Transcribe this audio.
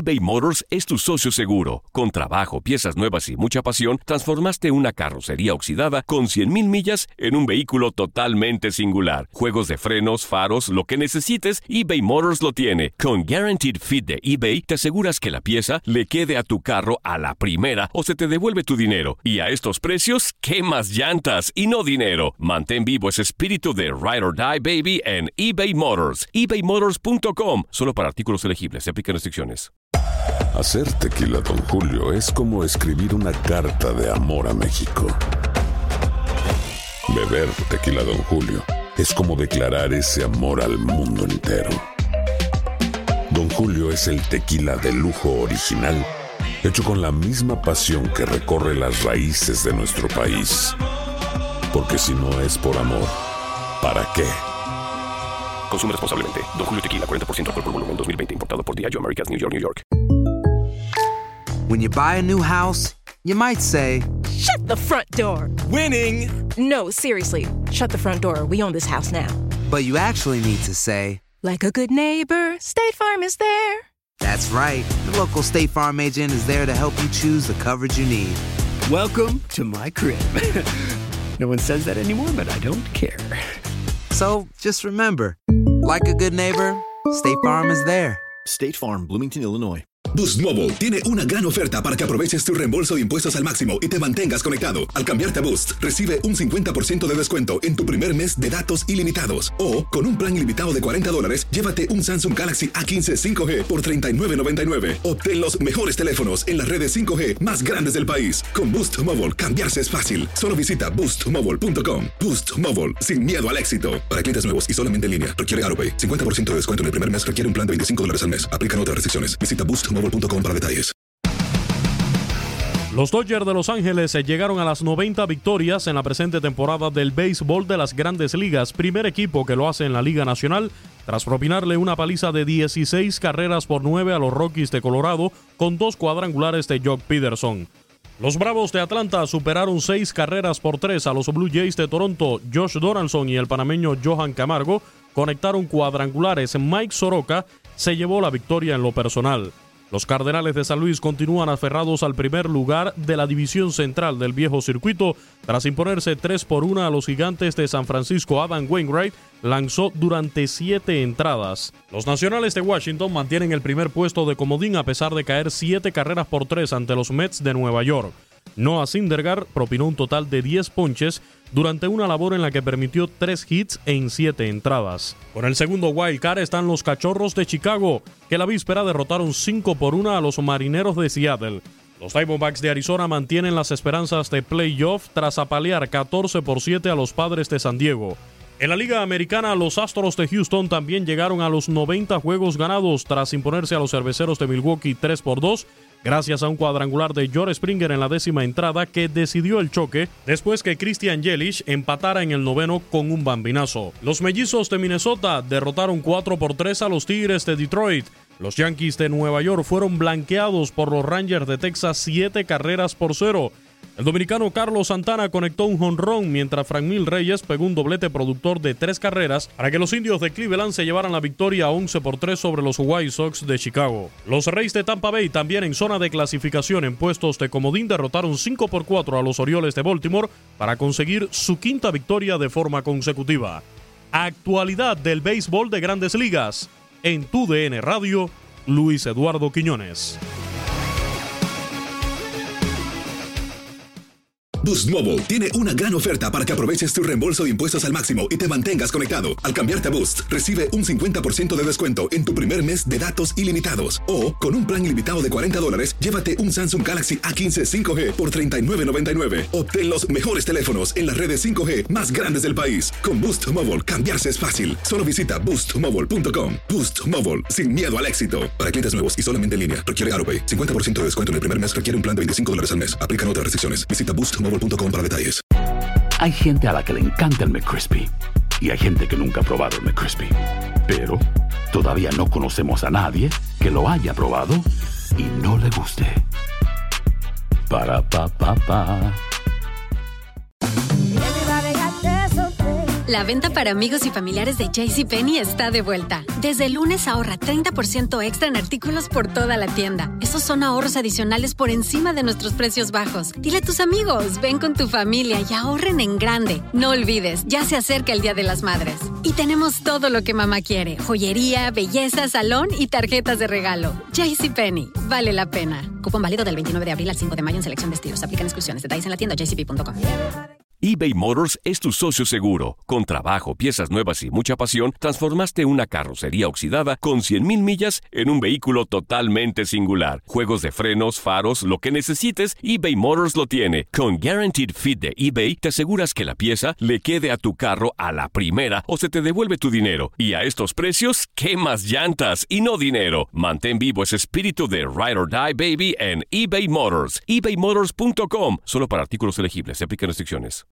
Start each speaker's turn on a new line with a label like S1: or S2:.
S1: eBay Motors es tu socio seguro. Con trabajo, piezas nuevas y mucha pasión, transformaste una carrocería oxidada con 100,000 millas en un vehículo totalmente singular. Juegos de frenos, faros, lo que necesites, eBay Motors lo tiene. Con Guaranteed Fit de eBay, te aseguras que la pieza le quede a tu carro a la primera o se te devuelve tu dinero. Y a estos precios, ¿qué más llantas y no dinero? Mantén vivo ese espíritu de Ride or Die, baby, en eBay Motors. ebaymotors.com. Solo para artículos elegibles. Se aplican restricciones.
S2: Hacer tequila Don Julio es como escribir una carta de amor a México. Beber tequila Don Julio es como declarar ese amor al mundo entero. Don Julio es el tequila de lujo original, hecho con la misma pasión que recorre las raíces de nuestro país. Porque si no es por amor, ¿para qué?
S1: Consume responsablemente. Don Julio Tequila, 40% alcohol por volumen, 2020. Importado por Diageo Americas, New York, New York.
S3: When you buy a new house, you might say,
S4: "Shut the front door."
S5: Winning!
S4: No, seriously. Shut the front door. We own this house now.
S3: but you actually need to say,
S4: like a good neighbor, State Farm is there.
S3: That's right. The local State Farm agent is there to help you choose the coverage you need.
S5: Welcome to my crib. No one says that anymore, but I don't care.
S3: So just remember, like a good neighbor, State Farm is there.
S6: State Farm, Bloomington, Illinois.
S7: Boost Mobile tiene una gran oferta para que aproveches tu reembolso de impuestos al máximo y te mantengas conectado. Al cambiarte a Boost, recibe un 50% de descuento en tu primer mes de datos ilimitados. O, con un plan ilimitado de $40, llévate un Samsung Galaxy A15 5G por $39.99. Obtén los mejores teléfonos en las redes 5G más grandes del país. Con Boost Mobile, cambiarse es fácil. Solo visita boostmobile.com. Boost Mobile, sin miedo al éxito. Para clientes nuevos y solamente en línea, requiere AutoPay. 50% de descuento en el primer mes requiere un plan de $25 al mes. Aplican otras restricciones. Visita boostmobile.com para detalles.
S8: Los Dodgers de Los Ángeles llegaron a las 90 victorias en la presente temporada del béisbol de las Grandes Ligas, primer equipo que lo hace en la Liga Nacional, tras propinarle una paliza de 16 carreras por 9 a los Rockies de Colorado con 2 cuadrangulares de Jock Peterson. Los Bravos de Atlanta superaron 6 carreras por 3 a los Blue Jays de Toronto. Josh Donaldson y el panameño Johan Camargo conectaron cuadrangulares. Mike Soroka se llevó la victoria en lo personal. Los Cardenales de San Luis continúan aferrados al primer lugar de la división central del viejo circuito. Tras imponerse 3-1 a los Gigantes de San Francisco, Adam Wainwright lanzó durante 7 entradas. Los Nacionales de Washington mantienen el primer puesto de comodín a pesar de caer 7 carreras por 3 ante los Mets de Nueva York. Noah Syndergaard propinó un total de 10 ponches durante una labor en la que permitió 3 hits en 7 entradas. Con el segundo wild card están los Cachorros de Chicago, que la víspera derrotaron 5-1 a los Marineros de Seattle. Los Diamondbacks de Arizona mantienen las esperanzas de playoff tras apalear 14-7 a los Padres de San Diego. En la Liga Americana, los Astros de Houston también llegaron a los 90 juegos ganados tras imponerse a los Cerveceros de Milwaukee 3-2, gracias a un cuadrangular de George Springer en la 10ª entrada que decidió el choque después que Christian Yelich empatara en el 9º con un bambinazo. Los Mellizos de Minnesota derrotaron 4-3 a los Tigres de Detroit. Los Yankees de Nueva York fueron blanqueados por los Rangers de Texas 7 carreras por 0. El dominicano Carlos Santana conectó un jonrón mientras Franmil Reyes pegó un doblete productor de 3 carreras para que los Indios de Cleveland se llevaran la victoria 11-3 sobre los White Sox de Chicago. Los Reyes de Tampa Bay, también en zona de clasificación en puestos de comodín, derrotaron 5-4 a los Orioles de Baltimore para conseguir su 5ª victoria de forma consecutiva. Actualidad del béisbol de Grandes Ligas. En TUDN Radio, Luis Eduardo Quiñones.
S7: Boost Mobile tiene una gran oferta para que aproveches tu reembolso de impuestos al máximo y te mantengas conectado. Al cambiarte a Boost, recibe un 50% de descuento en tu primer mes de datos ilimitados. O, con un plan ilimitado de $40, llévate un Samsung Galaxy A15 5G por $39.99. Obtén los mejores teléfonos en las redes 5G más grandes del país. Con Boost Mobile, cambiarse es fácil. Solo visita boostmobile.com. Boost Mobile, sin miedo al éxito. Para clientes nuevos y solamente en línea, requiere AutoPay. 50% de descuento en el primer mes requiere un plan de $25 al mes. Aplican otras restricciones. Visita boostmobile.com para detalles.
S9: Hay gente a la que le encanta el McCrispy y hay gente que nunca ha probado el McCrispy. Pero todavía no conocemos a nadie que lo haya probado y no le guste. Para pa pa pa.
S10: La venta para amigos y familiares de JCPenney está de vuelta. Desde el lunes ahorra 30% extra en artículos por toda la tienda. Esos son ahorros adicionales por encima de nuestros precios bajos. Dile a tus amigos, ven con tu familia y ahorren en grande. No olvides, ya se acerca el Día de las Madres. Y tenemos todo lo que mamá quiere. Joyería, belleza, salón y tarjetas de regalo. JCPenney, vale la pena. Cupón válido del 29 de abril al 5 de mayo en selección de estilos. Aplican exclusiones. Detalles en la tienda jcp.com.
S1: eBay Motors es tu socio seguro. Con trabajo, piezas nuevas y mucha pasión, transformaste una carrocería oxidada con 100,000 millas en un vehículo totalmente singular. Juegos de frenos, faros, lo que necesites, eBay Motors lo tiene. Con Guaranteed Fit de eBay, te aseguras que la pieza le quede a tu carro a la primera o se te devuelve tu dinero. Y a estos precios, ¿qué más llantas y no dinero? Mantén vivo ese espíritu de Ride or Die, baby, en eBay Motors. ebaymotors.com. Solo para artículos elegibles. Se aplican restricciones.